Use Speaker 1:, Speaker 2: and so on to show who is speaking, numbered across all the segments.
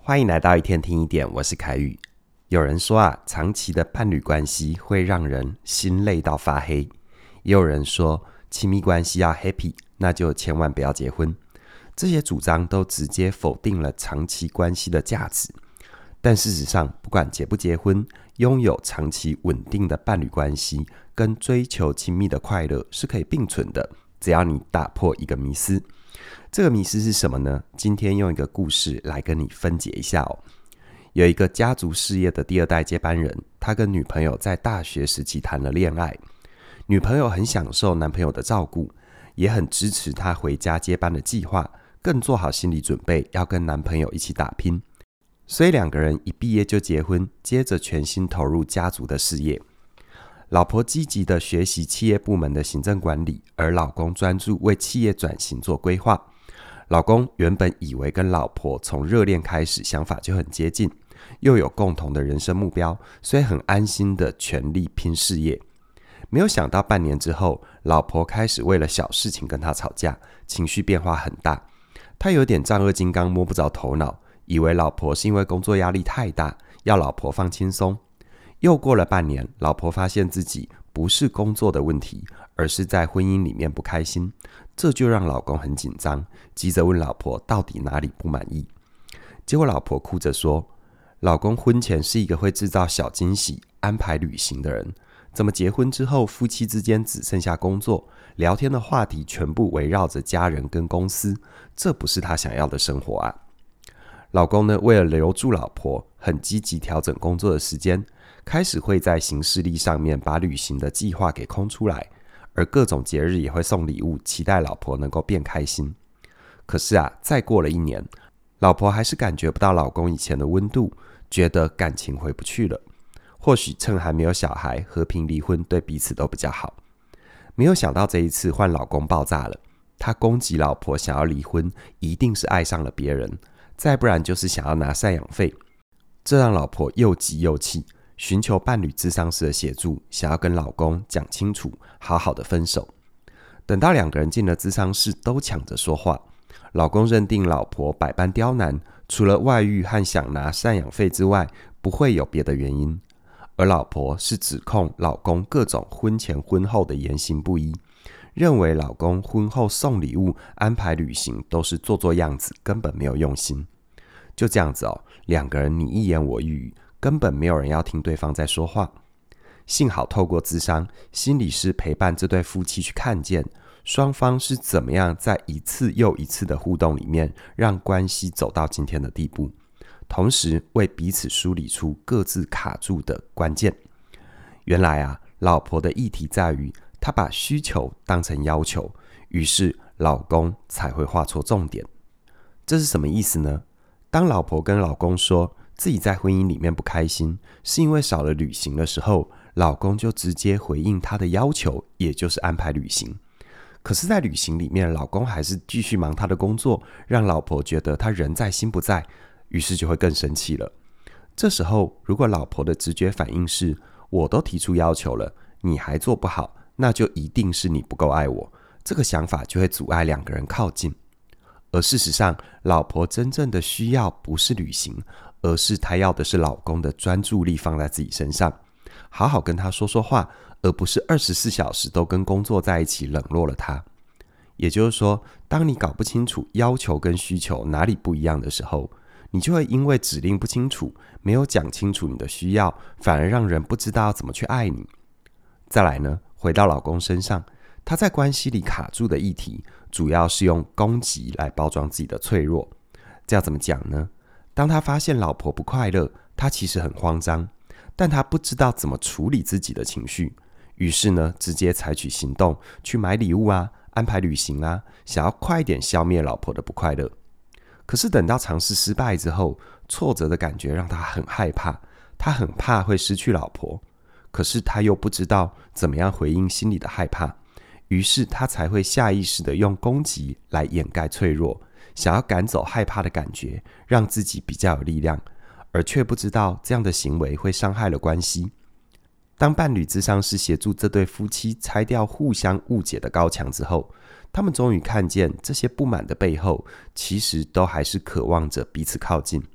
Speaker 1: 欢迎来到一天听一点，我是凯宇。有人说长期的伴侣关系会让人心累到发黑，也有人说亲密关系要 happy， 那就千万不要结婚。这些主张都直接否定了长期关系的价值。但事实上，不管结不结婚，拥有长期稳定的伴侣关系跟追求亲密的快乐是可以并存的，只要你打破一个迷思。这个迷思是什么呢？今天用一个故事来跟你分解一下。有一个家族事业的第二代接班人，他跟女朋友在大学时期谈了恋爱。女朋友很享受男朋友的照顾，也很支持他回家接班的计划，更做好心理准备要跟男朋友一起打拼。所以两个人一毕业就结婚，接着全心投入家族的事业。老婆积极的学习企业部门的行政管理，而老公专注为企业转型做规划。老公原本以为跟老婆从热恋开始想法就很接近，又有共同的人生目标，所以很安心的全力拼事业。没有想到半年之后，老婆开始为了小事情跟他吵架，情绪变化很大。他有点丈二金刚摸不着头脑，以为老婆是因为工作压力太大，要老婆放轻松。又过了半年，老婆发现自己不是工作的问题，而是在婚姻里面不开心，这就让老公很紧张，急着问老婆到底哪里不满意。结果老婆哭着说，老公婚前是一个会制造小惊喜、安排旅行的人，怎么结婚之后夫妻之间只剩下工作，聊天的话题全部围绕着家人跟公司，这不是他想要的生活啊。老公呢，为了留住老婆，很积极调整工作的时间，开始会在行事历上面把旅行的计划给空出来，而各种节日也会送礼物，期待老婆能够变开心。可是再过了1年，老婆还是感觉不到老公以前的温度，觉得感情回不去了。或许趁还没有小孩，和平离婚对彼此都比较好。没有想到这一次换老公爆炸了，他攻击老婆想要离婚，一定是爱上了别人，再不然就是想要拿赡养费。这让老婆又急又气，寻求伴侣咨商师的协助，想要跟老公讲清楚，好好的分手。等到两个人进了咨商室，都抢着说话。老公认定老婆百般刁难，除了外遇和想拿赡养费之外，不会有别的原因。而老婆是指控老公各种婚前婚后的言行不一，认为老公婚后送礼物、安排旅行都是做做样子，根本没有用心。就这样子两个人你一言我一语，根本没有人要听对方在说话。幸好透过咨商，心理师陪伴这对夫妻去看见双方是怎么样在一次又一次的互动里面，让关系走到今天的地步，同时为彼此梳理出各自卡住的关键。原来老婆的议题在于她把需求当成要求，于是老公才会画错重点。这是什么意思呢？当老婆跟老公说自己在婚姻里面不开心，是因为少了旅行的时候，老公就直接回应他的要求，也就是安排旅行。可是在旅行里面，老公还是继续忙他的工作，让老婆觉得他人在心不在，于是就会更生气了。这时候如果老婆的直觉反应是我都提出要求了，你还做不好，那就一定是你不够爱我，这个想法就会阻碍两个人靠近。而事实上，老婆真正的需要不是旅行，而是她要的是老公的专注力放在自己身上，好好跟他说说话，而不是24小时都跟工作在一起，冷落了他。也就是说，当你搞不清楚要求跟需求哪里不一样的时候，你就会因为指令不清楚，没有讲清楚你的需要，反而让人不知道怎么去爱你。再来呢，回到老公身上，他在关系里卡住的议题，主要是用攻击来包装自己的脆弱。这要怎么讲呢？当他发现老婆不快乐，他其实很慌张，但他不知道怎么处理自己的情绪，于是呢，直接采取行动，去买礼物安排旅行想要快一点消灭老婆的不快乐。可是等到尝试失败之后，挫折的感觉让他很害怕，他很怕会失去老婆，可是他又不知道怎么样回应心里的害怕，于是他才会下意识的用攻击来掩盖脆弱，想要赶走害怕的感觉，让自己比较有力量，而却不知道这样的行为会伤害了关系。当伴侣咨商师协助这对夫妻拆掉互相误解的高墙之后，他们终于看见这些不满的背后，其实都还是渴望着彼此靠近。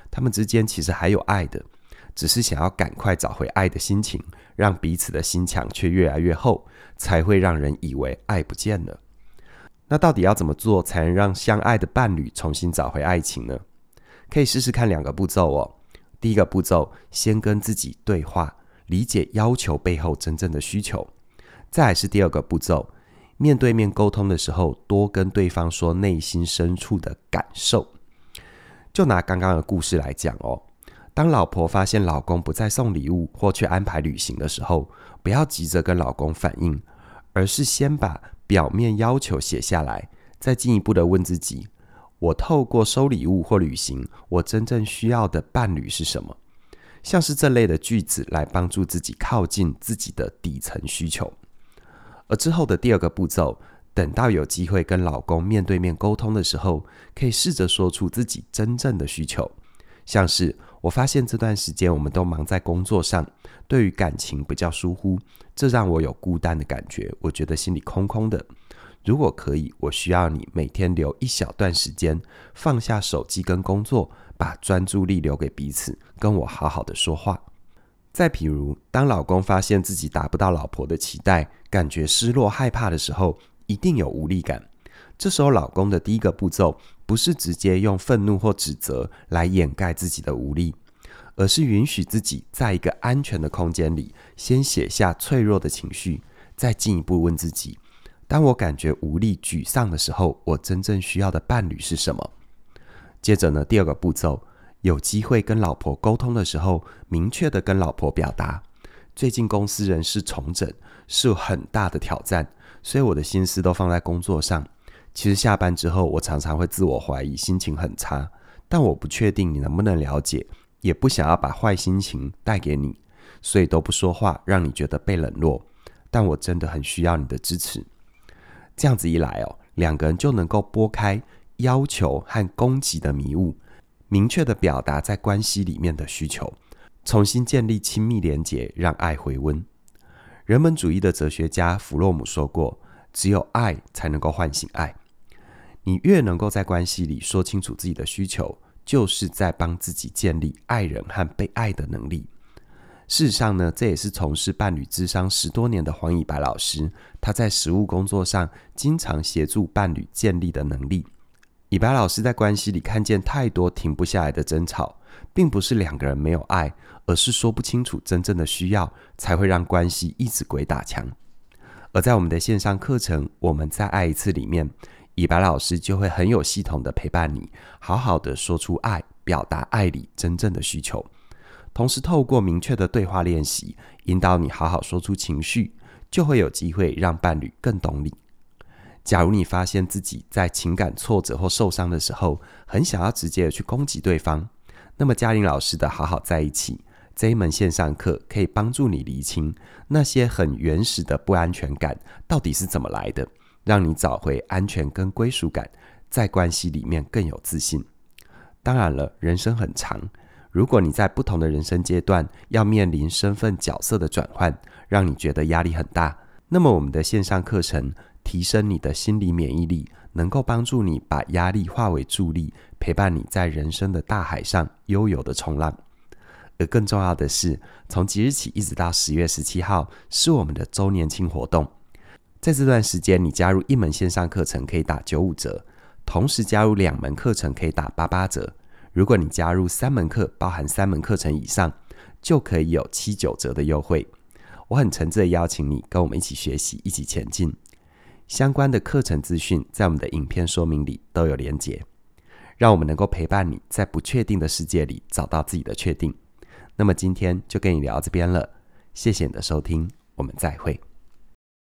Speaker 1: 他们之间其实还有爱的，只是想要赶快找回爱的心情，让彼此的心墙却越来越厚，才会让人以为爱不见了。那到底要怎么做才能让相爱的伴侣重新找回爱情呢？可以试试看2个步骤哦。第一个步骤，先跟自己对话，理解要求背后真正的需求。再来是第2个步骤，面对面沟通的时候，多跟对方说内心深处的感受。就拿刚刚的故事来讲哦，当老婆发现老公不再送礼物或去安排旅行的时候，不要急着跟老公反应，而是先把表面要求写下来，再进一步的问自己，我透过收礼物或旅行，我真正需要的伴侣是什么？像是这类的句子来帮助自己靠近自己的底层需求。而之后的第2个步骤，等到有机会跟老公面对面沟通的时候，可以试着说出自己真正的需求，像是我发现这段时间我们都忙在工作上，对于感情比较疏忽，这让我有孤单的感觉，我觉得心里空空的。如果可以，我需要你每天留一小段时间，放下手机跟工作，把专注力留给彼此，跟我好好的说话。再比如，当老公发现自己达不到老婆的期待，感觉失落害怕的时候，一定有无力感。这时候老公的第1个步骤，不是直接用愤怒或指责来掩盖自己的无力，而是允许自己在一个安全的空间里，先写下脆弱的情绪，再进一步问自己，当我感觉无力沮丧的时候，我真正需要的伴侣是什么？接着呢，第2个步骤，有机会跟老婆沟通的时候，明确的跟老婆表达，最近公司人事重整是很大的挑战，所以我的心思都放在工作上。其实下班之后，我常常会自我怀疑，心情很差，但我不确定你能不能了解，也不想要把坏心情带给你，所以都不说话，让你觉得被冷落，但我真的很需要你的支持。这样子一来2个人就能够拨开要求和攻击的迷雾，明确的表达在关系里面的需求，重新建立亲密连结，让爱回温。人本主义的哲学家弗洛姆说过，只有爱才能够唤醒爱。你越能够在关系里说清楚自己的需求，就是在帮自己建立爱人和被爱的能力。事实上呢，这也是从事伴侣咨商10多年的黄以白老师，他在实务工作上经常协助伴侣建立的能力。以白老师在关系里看见太多停不下来的争吵，并不是2个人没有爱，而是说不清楚真正的需要，才会让关系一直鬼打墙。而在我们的线上课程《我们再爱一次》里面，以白老师就会很有系统的陪伴你，好好的说出爱，表达爱里真正的需求。同时透过明确的对话练习，引导你好好说出情绪，就会有机会让伴侣更懂你。假如你发现自己在情感挫折或受伤的时候，很想要直接的去攻击对方，那么嘉玲老师的好好在一起这一门线上课，可以帮助你厘清那些很原始的不安全感到底是怎么来的，让你找回安全跟归属感，在关系里面更有自信。当然了，人生很长，如果你在不同的人生阶段要面临身份角色的转换，让你觉得压力很大，那么我们的线上课程提升你的心理免疫力，能够帮助你把压力化为助力，陪伴你在人生的大海上悠游的冲浪。而更重要的是，从即日起一直到10月17号是我们的周年庆活动。在这段时间，你加入1门线上课程可以打95折，同时加入2门课程可以打88折。如果你加入3门课，包含3门课程以上，就可以有79折的优惠。我很诚挚的邀请你跟我们一起学习，一起前进。相关的课程资讯在我们的影片说明里都有连结，让我们能够陪伴你在不确定的世界里找到自己的确定。那么今天就跟你聊到这边了，谢谢你的收听，我们再会。